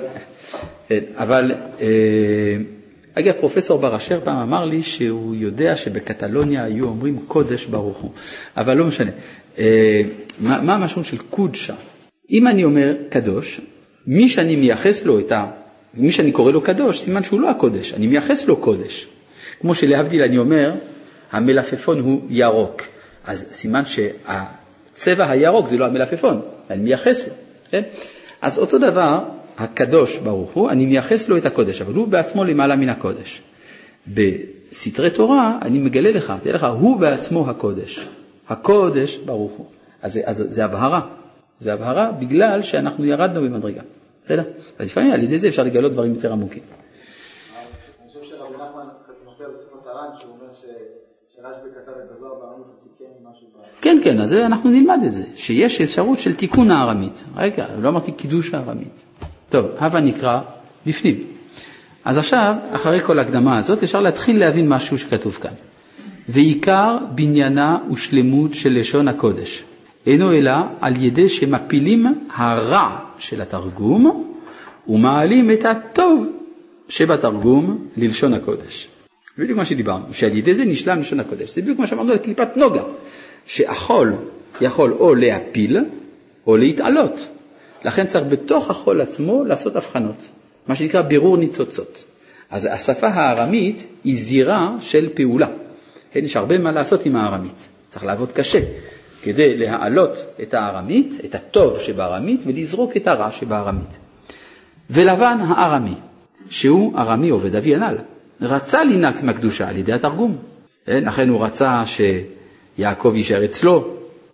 אבל אגב, פרופסור בר אשר פעם אמר לי שהוא יודע שבקטלוניה היו אומרים קודש ברוך הוא. אבל לא משנה. מה המשמעות של קודשה? אם אני אומר קדוש, מי שאני קורא לו קדוש, סימן שהוא לא הקודש, אני מייחס לו קודש. כמו שלהבדיל אני אומר, המלפפון הוא ירוק. אז סימן שהצבע הירוק זה לא המלפפון, אני מייחס לו. כן? אז אותו דבר, הקדוש ברוך הוא, אני מייחס לו את הקודש, אבל הוא בעצמו למעלה מן הקודש. בסתרי תורה אני מגלה לך, הוא בעצמו הקודש. הקודש ברוך הוא. אז זה הבהרה. זה הבהרה בגלל שאנחנו ירדנו במדרגה. בסדר? אז לפעמים על ידי זה אפשר לגלות דברים יותר עמוקים. אני חושב שרבי נחמן מופיע בספר הר"ן, שהוא אומר שרשב"י כתב את הזוהר בארמית ותיקן משהו בארמית. כן, אז אנחנו נלמד את זה, שיש אפשרות של תיקון הארמית. רגע, לא אמרתי קידוש הארמית. טוב, הבה נקרא בפנים. אז עכשיו, אחרי כל הקדמה הזאת, אפשר להתחיל להבין משהו שכתוב כאן. ועיקר בניינה ושלמות של לשון הקודש. אינו אלא על ידי שמפילים הרע של התרגום ומעלים את הטוב שבתרגום ללשון הקודש. בדיוק מה שדיברנו, שעל ידי זה נשלם לשון הקודש. זה בדיוק מה שאמרנו על קליפת נוגה, שהחול יכול או להפיל או להתעלות. לכן צריך בתוך החול עצמו לעשות הבחנות, מה שנקרא בירור ניצוצות. אז השפה הארמית היא זירה של פעולה. יש הרבה מה לעשות עם הארמית, צריך לעבוד קשה. כדי להעלות את הארמית, את הטוב שבארמית, ולזרוק את הרע שבארמית. ולבן הארמי, שהוא ארמי עובד אבי הנ"ל, רצה לינק מהקדושה על ידי התרגום. לכן הוא רצה שיעקב יישאר אצלו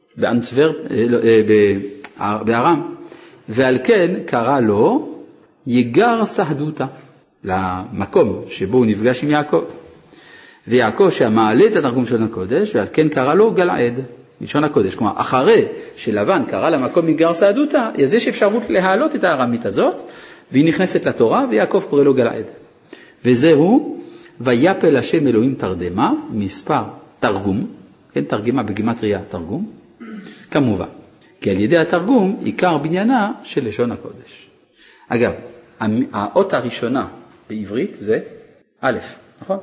בארם, ועל כן קרא לו יגר סהדותה, למקום שבו הוא נפגש עם יעקב. ויעקב שמעלה את התרגום של הקודש, ועל כן קרא לו גלעד. מלשון הקודש, כלומר, אחרי שלבן קרא למקום מגר סעדותה, אז יש אפשרות להעלות את הארמית הזאת, והיא נכנסת לתורה, ויעקב קורא לו גלעד. וזהו, ויפל השם אלוהים תרדמה, מספר תרגום, כן, תרגמה בגימטריה תרגום, כמובן, כי על ידי התרגום, עיקר בניינה של לשון הקודש. אגב, האות הראשונה בעברית זה א', נכון?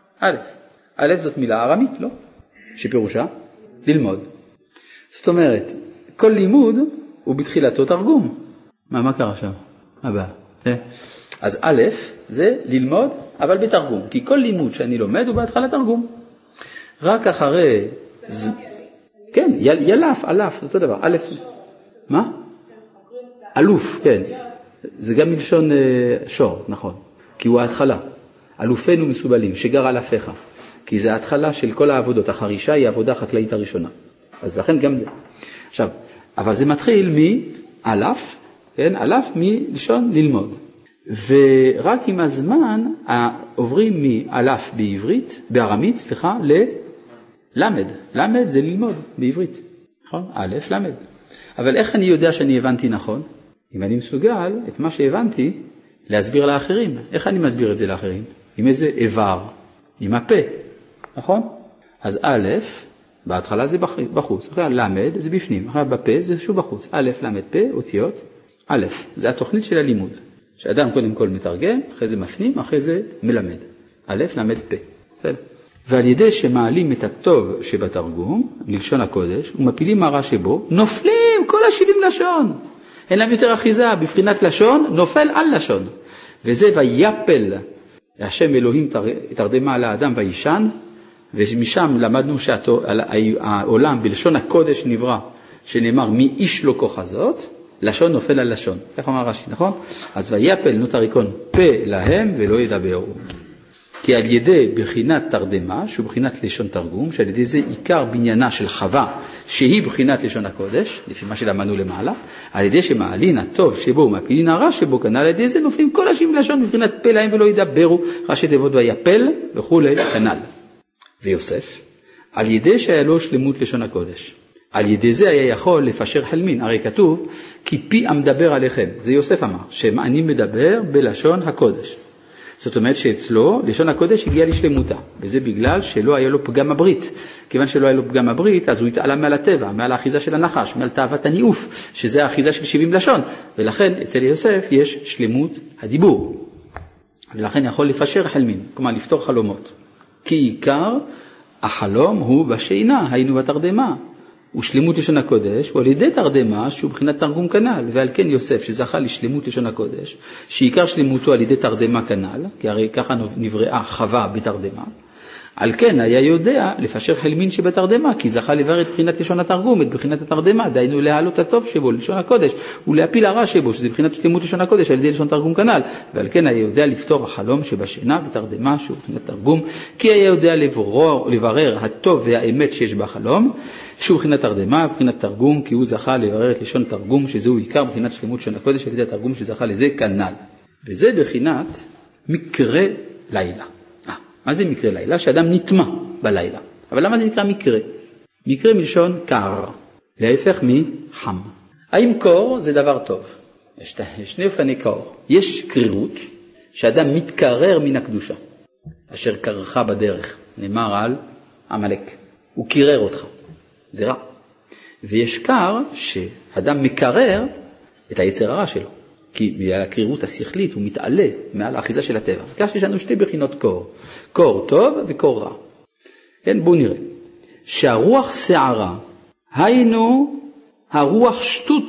א' זאת מילה ארמית, לא? שפירושה ללמוד. זאת אומרת, כל לימוד הוא בתחילתו תרגום. מה קרה שם? הבא. אז א' זה ללמוד, אבל בתרגום. כי כל לימוד שאני לומד הוא בהתחלה תרגום. רק אחרי... כן, ילף, אלף, זה אותו דבר. א', מה? אלוף, כן. זה גם מלשון שור, נכון. כי הוא ההתחלה. אלופינו מסובלים, שגר אלפיך. כי זה ההתחלה של כל העבודות. החרישה היא העבודה החקלאית הראשונה. אז לכן גם זה. עכשיו, אבל זה מתחיל מאלף, כן? אלף מלשון ללמוד. ורק עם הזמן עוברים מאלף בעברית, בארמית, סליחה, ללמד. למד זה ללמוד בעברית. נכון? א', למד. אבל איך אני יודע שאני הבנתי נכון? אם אני מסוגל את מה שהבנתי להסביר לאחרים. איך אני מסביר את זה לאחרים? עם איזה איבר? עם הפה. נכון? אז א', בהתחלה זה בחוץ, אחרי למד זה בפנים, אחרי בפה זה שוב בחוץ. א', למד, פה, אותיות. א', זה התוכנית של הלימוד. שאדם קודם כל מתרגם, אחרי זה מפנים, אחרי זה מלמד. א', למד, פה. ועל ידי שמעלים את הטוב שבתרגום, ללשון הקודש, ומפילים הרע שבו, נופלים כל 70 לשון. אין להם יותר אחיזה, בבחינת לשון, נופל על לשון. וזה ויפל השם אלוהים תרדמה על האדם וישן, ומשם למדנו שהעולם בלשון הקודש נברא, שנאמר מי איש לא כוח הזאת, לשון נופל על לשון. כך אמר רש"י, נכון? אז ויפל נותר עיקון פה להם ולא ידברו. כי על ידי בחינת תרדמה, שהוא בחינת לשון תרגום, שעל ידי זה עיקר בניינה של חווה, שהיא בחינת לשון הקודש, לפי מה שלמדנו למעלה, על ידי שמעלין הטוב שבו ומפילין הרע שבו, כנ"ל על ידי זה נופלים כל השם לשון בבחינת פה להם ולא ידברו, ראשי תיבות ויפל וכולי, כנ"ל. ויוסף, על ידי שהיה לו שלמות לשון הקודש, על ידי זה היה יכול לפשר חלמין, הרי כתוב, כי פי המדבר עליכם, זה יוסף אמר, שאני מדבר בלשון הקודש. זאת אומרת שאצלו לשון הקודש הגיע לשלמותה, וזה בגלל שלא היה לו פגם הברית. כיוון שלא היה לו פגם הברית, אז הוא התעלה מעל הטבע, מעל האחיזה של הנחש, מעל תאוות הניאוף, שזה האחיזה של 70 לשון, ולכן אצל יוסף יש שלמות הדיבור. ולכן יכול לפשר חלמין, כלומר לפתור חלומות. כי עיקר החלום הוא בשינה, היינו בתרדמה. ושלמות לשון הקודש הוא על ידי תרדמה שהוא בחינת תרגום כנל, ועל כן יוסף שזכה לשלמות לשון הקודש, שעיקר שלמותו על ידי תרדמה כנל, כי הרי ככה נבראה חווה בתרדמה, על כן היה יודע לפשר חלמין שבתרדמה, כי זכה לברר את בחינת לשון התרגום, את בחינת התרדמה, דהיינו להעלות הטוב שבו לשון הקודש, ולהפיל הרע שבו, שזה בחינת שלמות לשון הקודש על ידי לשון תרגום כנל, ועל כן היה יודע לפתור החלום שבשינה בתרדמה שהוא בחינת תרגום, כי היה יודע לברר הטוב והאמת שיש בחלום, שהוא בחינת תרדמה, בחינת תרגום, כי הוא זכה לברר את לשון תרגום, שזהו עיקר בחינת שלמות לשון הקודש על ידי התרגום שזכה לזה כנל. וזה בחינת מקרה לילה. מה זה מקרה לילה? שאדם נטמע בלילה. אבל למה זה נקרא מקרה? מקרה מלשון קר, להפך מחם. האם קור זה דבר טוב? יש שני אופני קור. יש קרירות, שאדם מתקרר מן הקדושה, אשר קרחה בדרך. נאמר על עמלק. הוא קירר אותך. זה רע. ויש קר שאדם מקרר את היצר הרע שלו. כי בגלל הקרירות השכלית הוא מתעלה מעל האחיזה של הטבע. כך שיש לנו שתי בחינות קור. קור טוב וקור רע. כן, בואו נראה. שהרוח שערה, היינו הרוח שטות,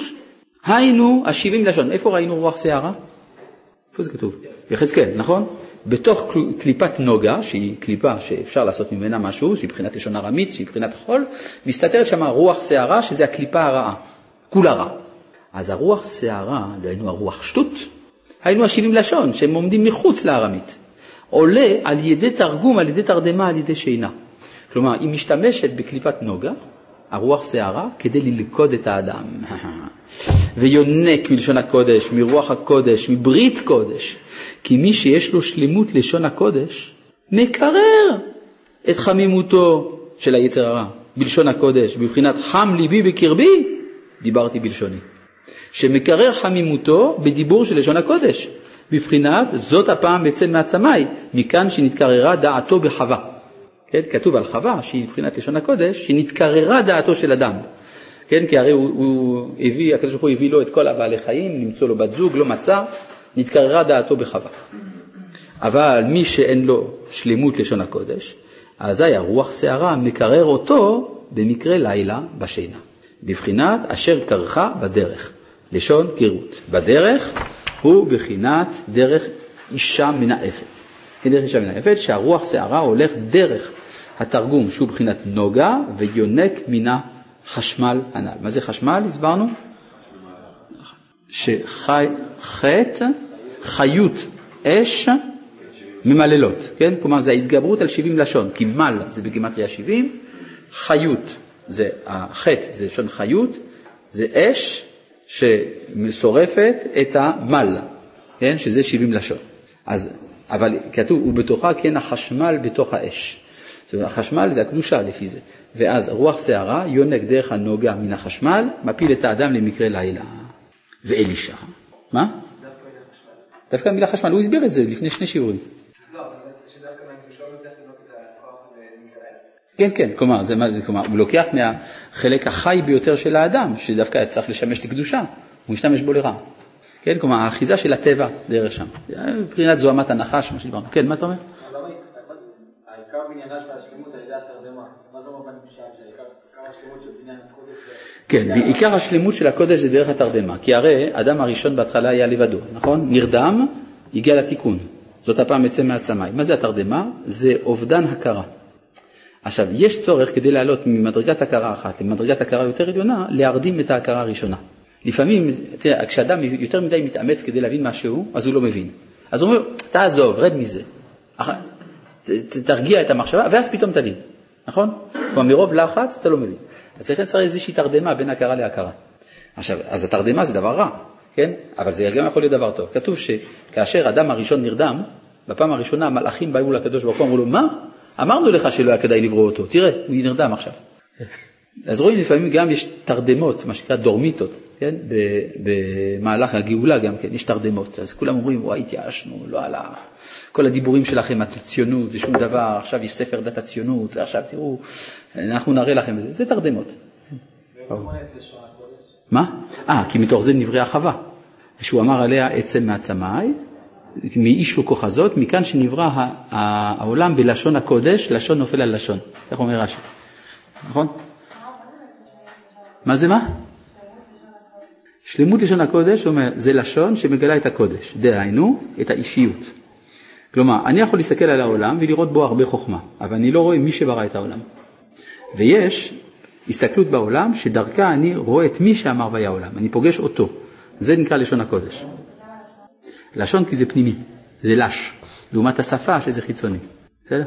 היינו ה-70 לשון. איפה ראינו רוח שערה? איפה זה כתוב? יחזקאל, נכון? בתוך קליפת נוגה, שהיא קליפה שאפשר לעשות ממנה משהו, שהיא בחינת לשון ארמית, שהיא בחינת חול, מסתתרת שם רוח שערה, שזה הקליפה הרעה. כולה רע. אז הרוח שערה, דהיינו הרוח שטות, היינו ה-70 לשון, שהם עומדים מחוץ לארמית. עולה על ידי תרגום, על ידי תרדמה, על ידי שינה. כלומר, היא משתמשת בקליפת נוגה, הרוח שערה, כדי ללכוד את האדם. ויונק מלשון הקודש, מרוח הקודש, מברית קודש. כי מי שיש לו שלמות לשון הקודש, מקרר את חמימותו של היצר הרע. בלשון הקודש, בבחינת חם ליבי בקרבי, דיברתי בלשוני. שמקרר חמימותו בדיבור של לשון הקודש. בבחינת זאת הפעם בצל מעצמי, מכאן שנתקררה דעתו בחווה. כן, כתוב על חווה, שהיא בבחינת לשון הקודש, שנתקררה דעתו של אדם. כן, כי הרי הקדוש ברוך הוא הביא לו את כל הבעלי חיים, למצוא לו בת זוג, לא מצא, נתקררה דעתו בחווה. אבל מי שאין לו שלמות לשון הקודש, אזי הרוח שערה מקרר אותו במקרה לילה בשינה. בבחינת אשר קרחה בדרך, לשון קירות. בדרך הוא בחינת דרך אישה מנאפת. דרך אישה מנאפת שהרוח שערה הולך דרך התרגום שהוא בחינת נוגה ויונק מן החשמל הנ"ל. מה זה חשמל? הסברנו? חיות אש ממללות, כן? כלומר זה ההתגברות על 70 לשון, כי מל זה בגימטריה 70, חיות זה החטא, זה לשון חיות, זה אש ששורפת את המל, כן? שזה 70 לשון. אז, אבל כתוב, ובתוכה כן החשמל בתוך האש. זאת אומרת, החשמל זה הקדושה לפי זה. ואז רוח שערה יונק דרך הנוגה מן החשמל, מפיל את האדם למקרה לילה. ואלישע. מה? דווקא מילה חשמל. הוא הסביר את זה לפני 2 שיעורים. לא, אבל זה שדווקא מהקדושה לא צריך לבנות את הכוח למקרה. כן, כן, כלומר, הוא לוקח מהחלק החי ביותר של האדם, שדווקא צריך לשמש לקדושה, הוא משתמש בו לרע. כן, כלומר, האחיזה של הטבע דרך שם. מבחינת זוהמת הנחש, מה שדיברנו. כן, מה אתה אומר? העיקר בעניינה של השלמות על ידי התרדמה. מה זה אומר בנפשם שהעיקר השלמות של בניין הקודש? כן, בעיקר השלמות של הקודש זה דרך התרדמה. כי הרי אדם הראשון בהתחלה היה לבדו, נכון? נרדם, הגיע לתיקון. זאת הפעם יצא מעצמי. מה זה התרדמה? זה אובדן הכרה. עכשיו, יש צורך כדי לעלות ממדרגת הכרה אחת למדרגת הכרה יותר עליונה, להרדים את ההכרה הראשונה. לפעמים, תראה, כשאדם יותר מדי מתאמץ כדי להבין משהו, אז הוא לא מבין. אז הוא אומר, תעזוב, רד מזה. תרגיע את המחשבה, ואז פתאום תבין. נכון? כלומר, מרוב לחץ אתה לא מבין. אז לכן צריך איזושהי תרדמה בין הכרה להכרה. עכשיו, אז התרדמה זה דבר רע, כן? אבל זה גם יכול להיות דבר טוב. כתוב שכאשר אדם הראשון נרדם, בפעם הראשונה המלאכים באו לקדוש ברוך הוא, אמרו לו, מה? אמרנו לך שלא היה כדאי לברוא אותו. תראה, הוא נרדם עכשיו. אז רואים לפעמים גם יש תרדמות, מה שנקרא דורמיתות, כן? במהלך הגאולה גם כן, יש תרדמות. אז כולם אומרים, וואי, התייאשנו, לא הלך. כל הדיבורים שלכם, הציונות, זה שום דבר, עכשיו יש ספר דת הציונות, עכשיו תראו, אנחנו נראה לכם את זה. זה תרדמות. מה? כי מתוך זה נבראה חווה. שהוא אמר עליה עצם מעצמי, מאיש לא כוחזות, מכאן שנברא העולם בלשון הקודש, לשון נופל על לשון. איך אומר רש"י? נכון? מה זה מה? שלמות לשון הקודש, אומר, זה לשון שמגלה את הקודש, דהיינו, את האישיות. כלומר, אני יכול להסתכל על העולם ולראות בו הרבה חוכמה, אבל אני לא רואה מי שברא את העולם. ויש הסתכלות בעולם שדרכה אני רואה את מי שאמר והיה העולם, אני פוגש אותו. זה נקרא לשון הקודש. לשון כי זה פנימי, זה לש, לעומת השפה שזה חיצוני. בסדר?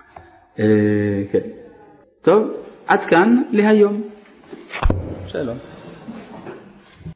כן. טוב, עד כאן להיום. שלום.